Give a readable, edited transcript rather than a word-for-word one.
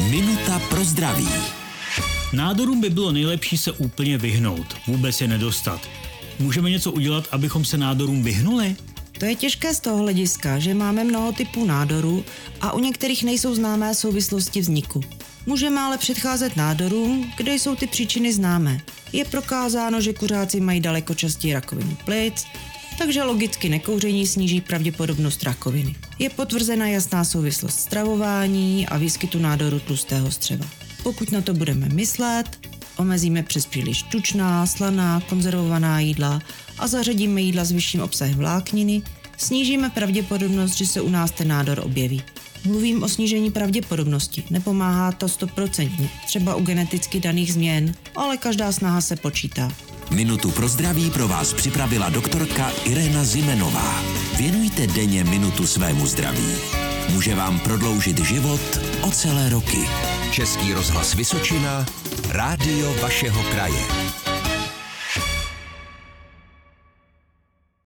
Minuta pro zdraví. Nádorům by bylo nejlepší se úplně vyhnout, vůbec je nedostat. Můžeme něco udělat, abychom se nádorům vyhnuli? To je těžké z toho hlediska, že máme mnoho typů nádorů a u některých nejsou známé souvislosti vzniku. Můžeme ale předcházet nádorům, kde jsou ty příčiny známé. Je prokázáno, že kuřáci mají daleko častěji rakovinu plic, takže logicky nekouření sníží pravděpodobnost rakoviny. Je potvrzena jasná souvislost stravování a výskytu nádoru tlustého střeva. Pokud na to budeme myslet, omezíme přes příliš tučná, slaná, konzervovaná jídla a zařadíme jídla s vyšším obsahem vlákniny, snížíme pravděpodobnost, že se u nás ten nádor objeví. Mluvím o snížení pravděpodobnosti, nepomáhá to 100%, třeba u geneticky daných změn, ale každá snaha se počítá. Minutu pro zdraví pro vás připravila doktorka Irena Zimenová. Věnujte denně minutu svému zdraví. Může vám prodloužit život o celé roky. Český rozhlas Vysočina, rádio vašeho kraje.